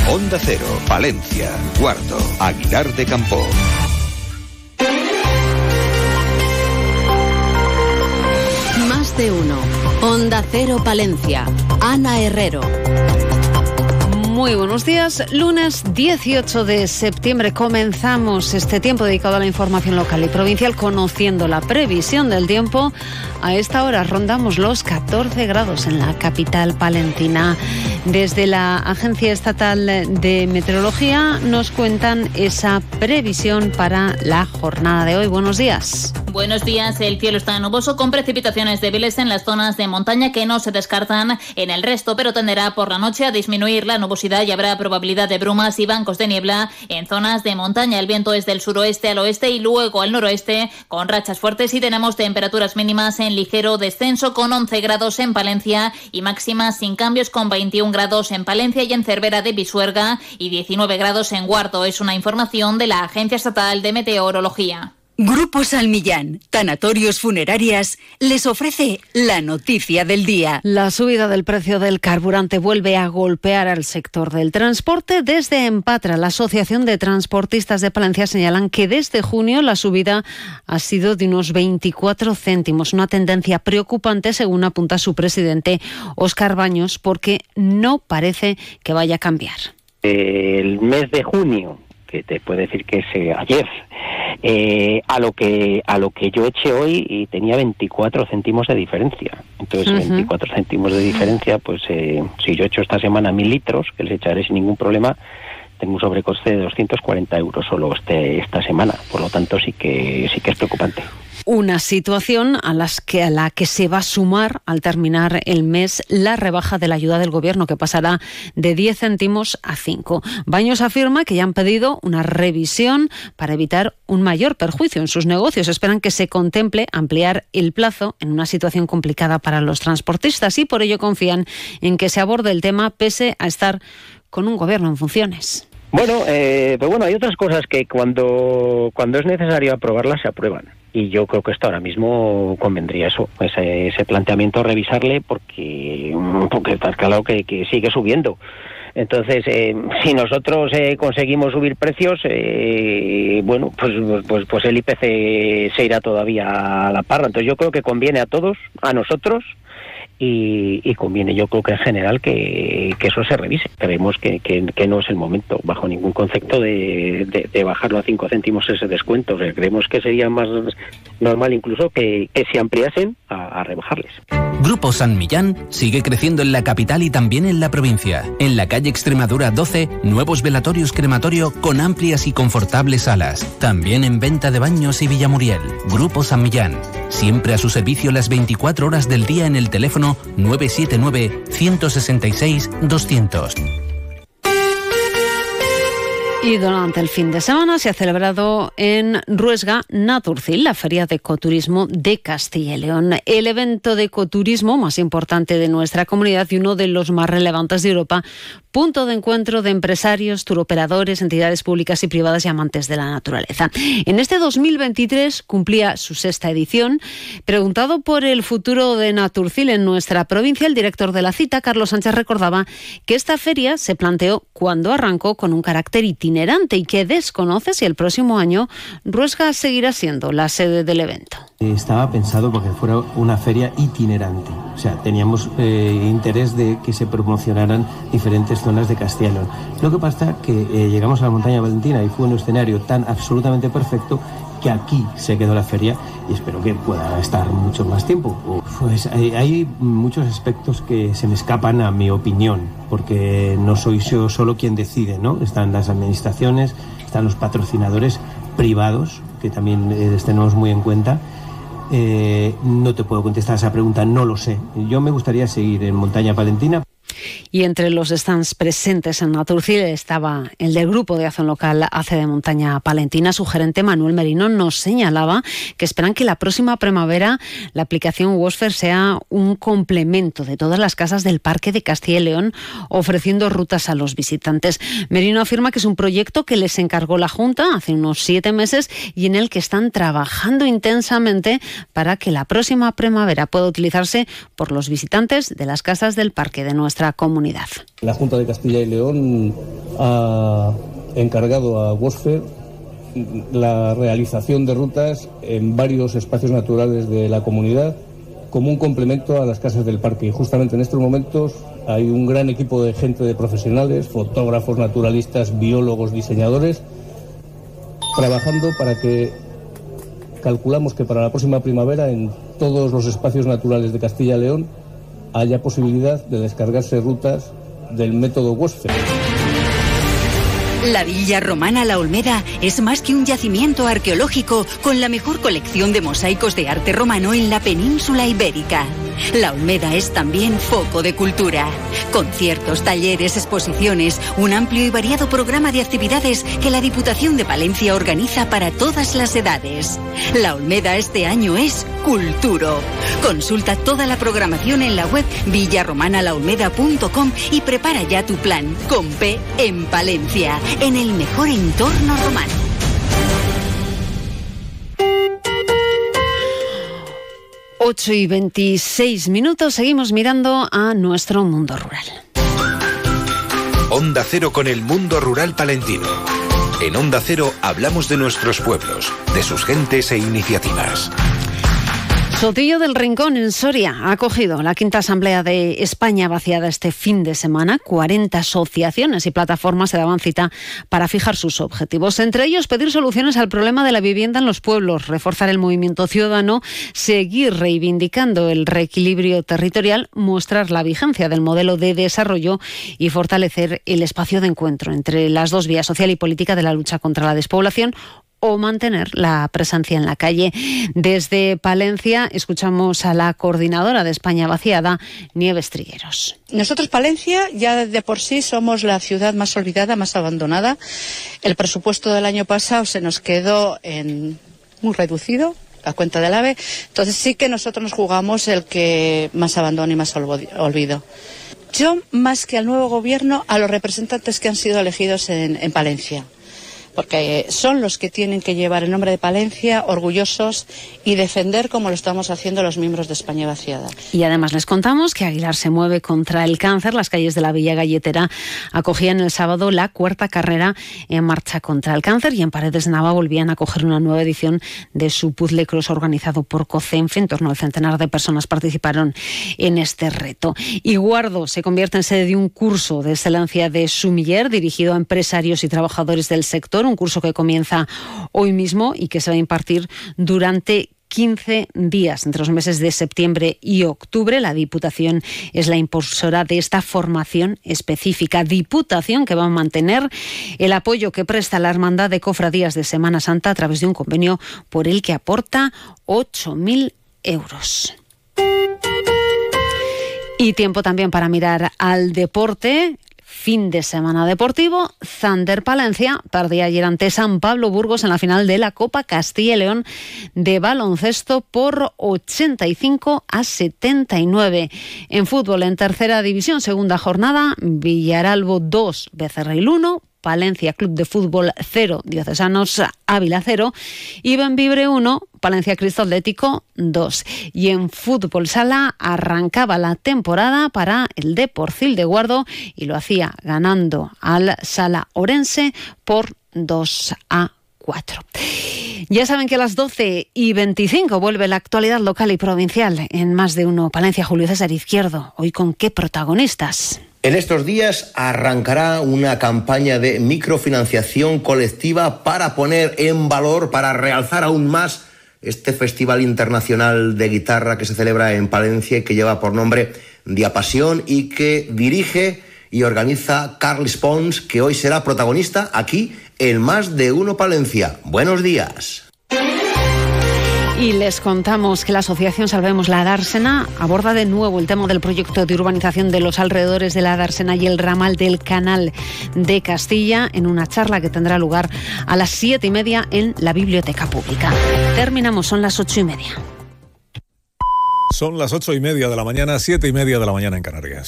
Onda Cero, Palencia, Guardo, Aguilar de Campoo. Más de uno. Onda Cero, Palencia. Ana Herrero. Muy buenos días. Lunes 18 de septiembre comenzamos este tiempo dedicado a la información local y provincial conociendo la previsión del tiempo. A esta hora rondamos los 14 grados en la capital palentina. Desde la Agencia Estatal de Meteorología nos cuentan esa previsión para la jornada de hoy. Buenos días. Buenos días. El cielo está nuboso con precipitaciones débiles en las zonas de montaña que no se descartan en el resto, pero tenderá por la noche a disminuir la nubosidad y habrá probabilidad de brumas y bancos de niebla en zonas de montaña. El viento es del suroeste al oeste y luego al noroeste con rachas fuertes y tenemos temperaturas mínimas en ligero descenso con 11 grados en Palencia y máximas sin cambios con 21 grados en Palencia y en Cervera de Pisuerga y 19 grados en Guardo. Es una información de la Agencia Estatal de Meteorología. Grupo San Millán, Tanatorios Funerarias, les ofrece la noticia del día. La subida del precio del carburante vuelve a golpear al sector del transporte. Desde Empatra, la Asociación de Transportistas de Palencia, señalan que desde junio la subida ha sido de unos 24 céntimos, una tendencia preocupante según apunta su presidente Óscar Baños, porque no parece que vaya a cambiar. El mes de junio, que te puedo decir que es ayer, a lo que yo eché hoy y tenía 24 céntimos de diferencia. Entonces, 24 céntimos de diferencia, pues si yo echo esta semana 1.000 litros, que les echaré sin ningún problema, tengo un sobrecoste de 240 euros solo esta semana. Por lo tanto, sí que es preocupante. Una situación a la que se va a sumar al terminar el mes la rebaja de la ayuda del Gobierno, que pasará de 10 céntimos a 5. Baños afirma que ya han pedido una revisión para evitar un mayor perjuicio en sus negocios. Esperan que se contemple ampliar el plazo en una situación complicada para los transportistas y por ello confían en que se aborde el tema pese a estar con un Gobierno en funciones. Bueno, pero bueno, hay otras cosas que cuando es necesario aprobarlas se aprueban. Y yo creo que esto ahora mismo convendría ese planteamiento, revisarle, porque está claro que sigue subiendo. Entonces, si nosotros conseguimos subir precios, bueno, pues el IPC se irá todavía a la parra. Entonces yo creo que conviene a todos, a nosotros, y conviene, yo creo que en general que eso se revise. Creemos que no es el momento, bajo ningún concepto, de bajarlo a 5 céntimos ese descuento. O sea, creemos que sería más normal incluso que se ampliasen a rebajarles. Grupo San Millán sigue creciendo en la capital y también en la provincia. En la calle Extremadura 12, nuevos velatorios crematorio con amplias y confortables salas. También en venta de baños y Villamuriel. Grupo San Millán, siempre a su servicio las 24 horas del día en el teléfono 979-166-200. Y durante el fin de semana se ha celebrado en Ruesga Naturcil, la feria de ecoturismo de Castilla y León. El evento de ecoturismo más importante de nuestra comunidad y uno de los más relevantes de Europa, punto de encuentro de empresarios, turoperadores, entidades públicas y privadas y amantes de la naturaleza. En este 2023 cumplía su 6ª edición. Preguntado por el futuro de Naturcil en nuestra provincia, el director de la cita, Carlos Sánchez, recordaba que esta feria se planteó cuando arrancó con un carácter itinerante y que desconoce si el próximo año Ruesga seguirá siendo la sede del evento. Estaba pensado porque fuera una feria itinerante, o sea, teníamos interés de que se promocionaran diferentes zonas de Castilla y León. Lo que pasa es que llegamos a la montaña palentina y fue un escenario tan absolutamente perfecto que aquí se quedó la feria y espero que pueda estar mucho más tiempo. Pues hay muchos aspectos que se me escapan a mi opinión, porque no soy yo solo quien decide, ¿no? Están las administraciones, están los patrocinadores privados, que también les tenemos muy en cuenta. No te puedo contestar a esa pregunta, no lo sé. Yo me gustaría seguir en montaña palentina. Y entre los stands presentes en Naturcil estaba el del Grupo de Acción Local AC de Montaña Palentina. Su gerente Manuel Merino nos señalaba que esperan que la próxima primavera la aplicación Wosfer sea un complemento de todas las casas del Parque de Castilla y León, ofreciendo rutas a los visitantes. Merino afirma que es un proyecto que les encargó la Junta hace unos 7 meses y en el que están trabajando intensamente para que la próxima primavera pueda utilizarse por los visitantes de las casas del Parque de nuestra comunidad. La Junta de Castilla y León ha encargado a WOSFER la realización de rutas en varios espacios naturales de la comunidad como un complemento a las casas del parque. Y justamente en estos momentos hay un gran equipo de gente, de profesionales, fotógrafos, naturalistas, biólogos, diseñadores, trabajando para que calculamos que para la próxima primavera en todos los espacios naturales de Castilla y León haya posibilidad de descargarse rutas del método WOSFER. La Villa Romana La Olmeda es más que un yacimiento arqueológico con la mejor colección de mosaicos de arte romano en la península ibérica. La Olmeda es también foco de cultura. Conciertos, talleres, exposiciones, un amplio y variado programa de actividades que la Diputación de Palencia organiza para todas las edades. La Olmeda este año es Culturo. Consulta toda la programación en la web villaromanalaolmeda.com y prepara ya tu plan con P en Palencia, en el mejor entorno romano. Ocho y 26 minutos, seguimos mirando a nuestro mundo rural. Onda Cero con el mundo rural palentino. En Onda Cero hablamos de nuestros pueblos, de sus gentes e iniciativas. Sotillo del Rincón, en Soria, ha acogido la quinta asamblea de España vaciada este fin de semana. 40 asociaciones y plataformas se daban cita para fijar sus objetivos. Entre ellos, pedir soluciones al problema de la vivienda en los pueblos, reforzar el movimiento ciudadano, seguir reivindicando el reequilibrio territorial, mostrar la vigencia del modelo de desarrollo y fortalecer el espacio de encuentro entre las dos vías social y política de la lucha contra la despoblación o mantener la presencia en la calle. Desde Palencia escuchamos a la coordinadora de España vaciada, Nieves Trigueros. Nosotros, Palencia, ya de por sí somos la ciudad más olvidada, más abandonada. El presupuesto del año pasado se nos quedó muy reducido, a cuenta del AVE. Entonces sí que nosotros nos jugamos el que más abandono y más olvido. Yo, más que al nuevo gobierno, a los representantes que han sido elegidos en Palencia, porque son los que tienen que llevar el nombre de Palencia orgullosos y defender como lo estamos haciendo los miembros de España vaciada. Y además les contamos que Aguilar se mueve contra el cáncer. Las calles de la Villa Galletera acogían el sábado la 4ª carrera en marcha contra el cáncer, y en Paredes de Nava volvían a acoger una nueva edición de su Puzzle Cross organizado por COCENFE. En torno al centenar de personas participaron en este reto. Y Guardo se convierte en sede de un curso de excelencia de Sumiller dirigido a empresarios y trabajadores del sector. Un curso que comienza hoy mismo y que se va a impartir durante 15 días, entre los meses de septiembre y octubre. La Diputación es la impulsora de esta formación específica. Diputación que va a mantener el apoyo que presta la Hermandad de Cofradías de Semana Santa a través de un convenio por el que aporta 8.000 euros. Y tiempo también para mirar al deporte. Fin de semana deportivo. Zander Palencia perdía ayer ante San Pablo Burgos en la final de la Copa Castilla y León de baloncesto por 85-79. En fútbol, en tercera división, segunda jornada, Villaralbo 2, Becerril 1, Palencia Club de Fútbol 0, Diocesanos Ávila 0 y Bembibre 1, Palencia Cristo Atlético 2. Y en fútbol sala arrancaba la temporada para el Deporcil de Guardo y lo hacía ganando al Sala Orense por 2-4. Ya saben que a las 12:25 vuelve la actualidad local y provincial en Más de Uno Palencia. Julio César Izquierdo, hoy con qué protagonistas. En estos días arrancará una campaña de microfinanciación colectiva para poner en valor, para realzar aún más este Festival Internacional de Guitarra que se celebra en Palencia y que lleva por nombre Diapasión y que dirige y organiza Carles Pons, que hoy será protagonista aquí en Más de Uno Palencia. Buenos días. Y les contamos que la asociación Salvemos la Dársena aborda de nuevo el tema del proyecto de urbanización de los alrededores de la Dársena y el ramal del Canal de Castilla en una charla que tendrá lugar a las 7:30 en la Biblioteca Pública. Terminamos, son las 8:30. Son las 8:30 de la mañana, 7:30 de la mañana en Canarias.